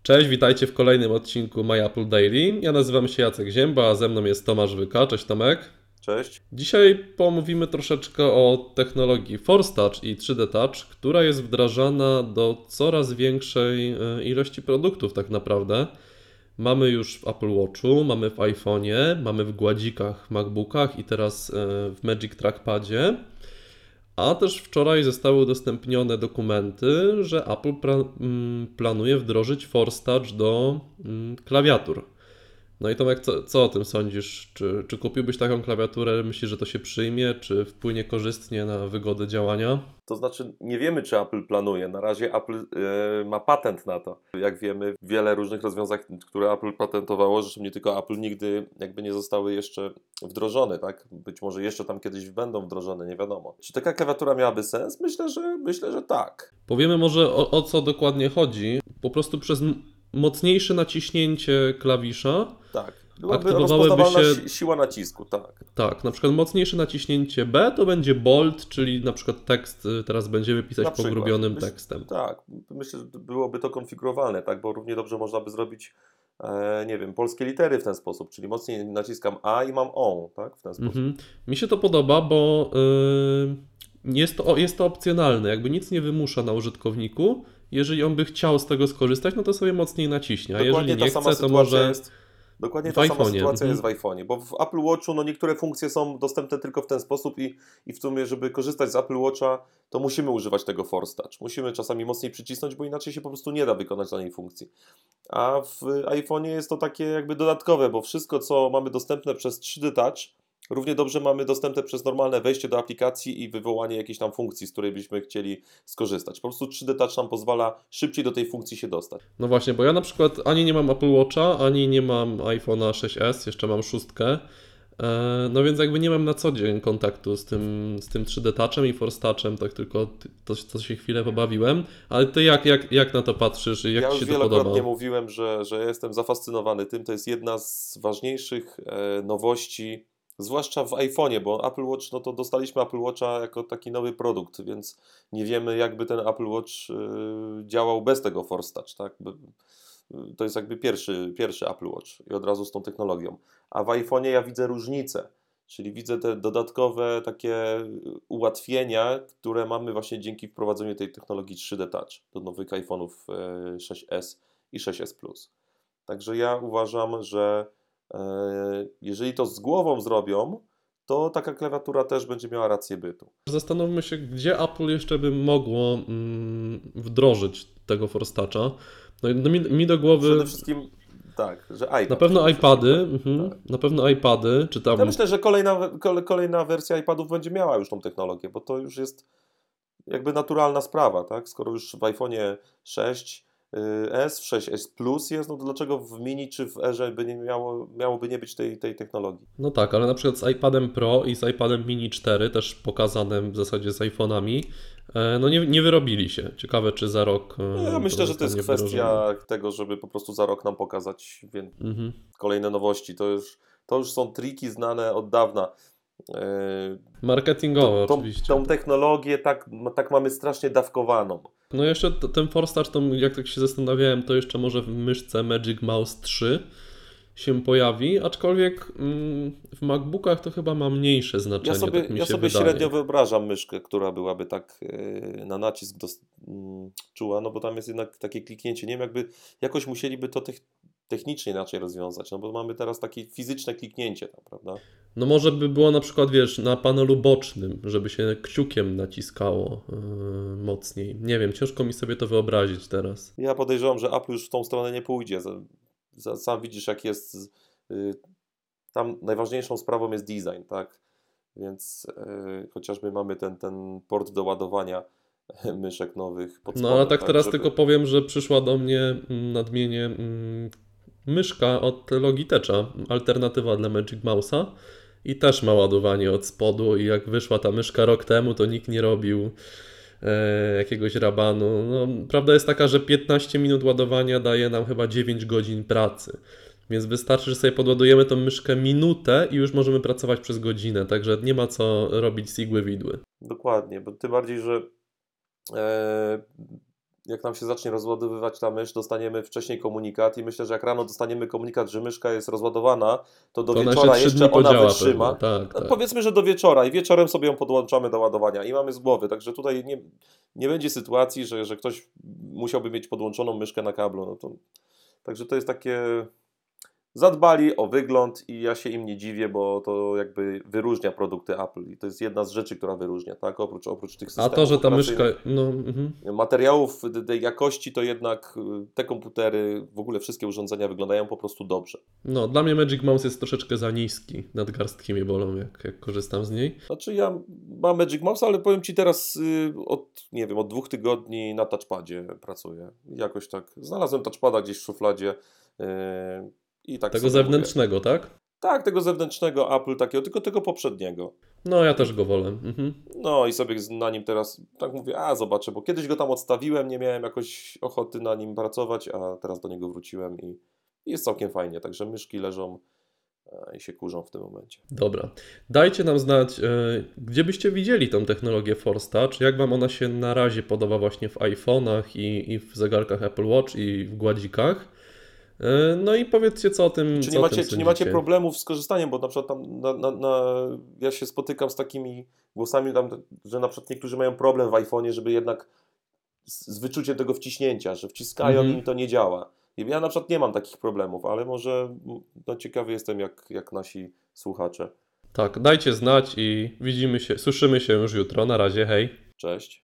Cześć, witajcie w kolejnym odcinku My Apple Daily. Ja nazywam się Jacek Zięba, a ze mną jest Tomasz Wyka. Cześć Tomek. Cześć. Dzisiaj pomówimy troszeczkę o technologii Force Touch i 3D Touch, która jest wdrażana do coraz większej ilości produktów tak naprawdę. Mamy już w Apple Watchu, mamy w iPhone'ie, mamy w gładzikach, MacBookach i teraz w Magic Trackpadzie. A też wczoraj zostały udostępnione dokumenty, że Apple planuje wdrożyć Force Touch do klawiatur. No i Tomek, co o tym sądzisz? Czy kupiłbyś taką klawiaturę? Myślisz, że to się przyjmie? Czy wpłynie korzystnie na wygodę działania? To znaczy, nie wiemy, czy Apple planuje. Na razie Apple ma patent na to. Jak wiemy, wiele różnych rozwiązań, które Apple patentowało, zresztą nie tylko Apple, nigdy jakby nie zostały jeszcze wdrożone, tak? Być może jeszcze tam kiedyś będą wdrożone, nie wiadomo. Czy taka klawiatura miałaby sens? Myślę, że tak. Powiemy może o co dokładnie chodzi. Po prostu przez mocniejsze naciśnięcie klawisza Tak. Byłaby aktywowałyby rozpoznawalna się. siła nacisku, tak. Tak, na przykład mocniejsze naciśnięcie B to będzie bold, czyli na przykład tekst teraz będziemy pisać Na przykład. pogrubionym tekstem. Tak. Myślę, że byłoby to konfigurowalne, tak? Bo równie dobrze można by zrobić nie wiem, polskie litery w ten sposób, czyli mocniej naciskam A i mam O, tak? W ten sposób. Mi się to podoba, bo jest to opcjonalne, jakby nic nie wymusza na użytkowniku. Jeżeli on by chciał z tego skorzystać, no to sobie mocniej naciśnie, a jeżeli nie chce, to może Dokładnie w ta sama iPhone'ie. sytuacja jest w iPhone'ie, bo w Apple Watchu niektóre funkcje są dostępne tylko w ten sposób i w sumie, żeby korzystać z Apple Watcha, to musimy używać tego Force Touch. Musimy czasami mocniej przycisnąć, bo inaczej się po prostu nie da wykonać danej funkcji. A w iPhone'ie jest to takie jakby dodatkowe, bo wszystko, co mamy dostępne przez 3D Touch, równie dobrze mamy dostępne przez normalne wejście do aplikacji i wywołanie jakiejś tam funkcji, z której byśmy chcieli skorzystać. Po prostu 3D Touch nam pozwala szybciej do tej funkcji się dostać. No właśnie, bo ja na przykład ani nie mam Apple Watcha, ani nie mam iPhone'a 6s, jeszcze mam szóstkę. No więc jakby nie mam na co dzień kontaktu z tym 3D Touchem i Force Touchem, tak tylko to się chwilę pobawiłem. Ale ty jak na to patrzysz i jak Ja ci już się to podoba? wielokrotnie mówiłem, że jestem zafascynowany tym. To jest jedna z ważniejszych nowości, zwłaszcza w iPhone'ie, bo Apple Watch, no to dostaliśmy Apple Watcha jako taki nowy produkt, więc nie wiemy, jakby ten Apple Watch działał bez tego Force Touch, tak? To jest jakby pierwszy Apple Watch i od razu z tą technologią. A w iPhone'ie ja widzę różnicę, czyli widzę te dodatkowe takie ułatwienia, które mamy właśnie dzięki wprowadzeniu tej technologii 3D Touch do nowych iPhone'ów 6s i 6s Plus. Także ja uważam, że jeżeli to z głową zrobią, to taka klawiatura też będzie miała rację bytu. Zastanówmy się, gdzie Apple jeszcze by mogło wdrożyć tego Force Toucha. No mi do głowy Przede wszystkim tak, że iPad. na pewno Przede wszystkim, iPady, tak. na pewno iPady, czy Ja tam. myślę, że kolejna wersja iPadów będzie miała już tą technologię, bo to już jest jakby naturalna sprawa, tak? Skoro już w iPhone'ie 6s, w 6s Plus jest, no to dlaczego w mini czy w Airze by nie miałoby nie być tej technologii? No tak, ale na przykład z iPadem Pro i z iPadem Mini 4, też pokazanym w zasadzie z iPhone'ami, no nie wyrobili się. Ciekawe, czy za rok Ja myślę, że to jest zostanie kwestia wdrożone. tego, żeby po prostu za rok nam pokazać Mhm. kolejne nowości. To już są triki znane od dawna. Yy, Marketingowe oczywiście. Tą technologię tak mamy strasznie dawkowaną. No jeszcze ten Force Touch, to jak tak się zastanawiałem, to jeszcze może w myszce Magic Mouse 3 się pojawi, aczkolwiek w MacBookach to chyba ma mniejsze znaczenie, tak mi Ja się sobie wydaje. średnio wyobrażam myszkę, która byłaby tak na nacisk czuła, no bo tam jest jednak takie kliknięcie. Nie wiem, jakby jakoś musieliby to technicznie inaczej rozwiązać, no bo mamy teraz takie fizyczne kliknięcie tam, prawda? No może by było na przykład, wiesz, na panelu bocznym, żeby się kciukiem naciskało mocniej. Nie wiem, ciężko mi sobie to wyobrazić teraz. Ja podejrzewam, że Apple już w tą stronę nie pójdzie. Sam widzisz, jak jest. Tam najważniejszą sprawą jest design, tak? Więc chociażby mamy ten port do ładowania myszek nowych pod No ale spodem, tak tak? teraz tylko powiem, że przyszła do mnie nadmienię myszka od Logitecha, alternatywa dla Magic Mouse'a i też ma ładowanie od spodu i jak wyszła ta myszka rok temu, to nikt nie robił jakiegoś rabanu. No, prawda jest taka, że 15 minut ładowania daje nam chyba 9 godzin pracy. Więc wystarczy, że sobie podładujemy tą myszkę minutę i już możemy pracować przez godzinę, także nie ma co robić z igły widły. Dokładnie, bo tym bardziej, że e, jak nam się zacznie rozładowywać ta mysz, dostaniemy wcześniej komunikat i myślę, że jak rano dostaniemy komunikat, że myszka jest rozładowana, to do To ona wieczora jeszcze 3 dni jeszcze ona podziała wytrzyma. pewnie. Tak, No, tak. powiedzmy, że do wieczora i wieczorem sobie ją podłączamy do ładowania i mamy z głowy, także tutaj nie będzie sytuacji, że ktoś musiałby mieć podłączoną myszkę na kablu. No to, także to jest takie... Zadbali o wygląd i ja się im nie dziwię, bo to jakby wyróżnia produkty Apple i to jest jedna z rzeczy, która wyróżnia, tak? Oprócz tych A systemów to, że ta myszka. operacyjnych, No, mhm. materiałów tej jakości, to jednak te komputery, w ogóle wszystkie urządzenia wyglądają po prostu dobrze. No, dla mnie Magic Mouse jest troszeczkę za niski. Nadgarstki mnie bolą, jak korzystam z niej. Znaczy ja mam Magic Mouse, ale powiem Ci teraz nie wiem, od 2 tygodni na touchpadzie pracuję. Jakoś tak, znalazłem touchpada gdzieś w szufladzie i tak Tego sobie mówię. zewnętrznego, tak? Tak, tego zewnętrznego Apple takiego, tylko tego poprzedniego. No, ja też go wolę. Mhm. No i sobie na nim teraz tak mówię, zobaczę, bo kiedyś go tam odstawiłem, nie miałem jakoś ochoty na nim pracować, a teraz do niego wróciłem i jest całkiem fajnie, także myszki leżą i się kurzą w tym momencie. Dobra. Dajcie nam znać, gdzie byście widzieli tą technologię Force Touch, jak Wam ona się na razie podoba właśnie w iPhone'ach i w zegarkach Apple Watch i w gładzikach. No i powiedzcie, co o tym, Czy co o tym nie macie sądzicie. problemów z korzystaniem, bo na przykład tam ja się spotykam z takimi głosami, tam, że na przykład niektórzy mają problem w iPhone'ie, żeby jednak z wyczuciem tego wciśnięcia, że wciskają i im to nie działa. I ja na przykład nie mam takich problemów, ale może no, ciekawy jestem, jak nasi słuchacze. Tak, dajcie znać i widzimy się, słyszymy się już jutro. Na razie, hej. Cześć.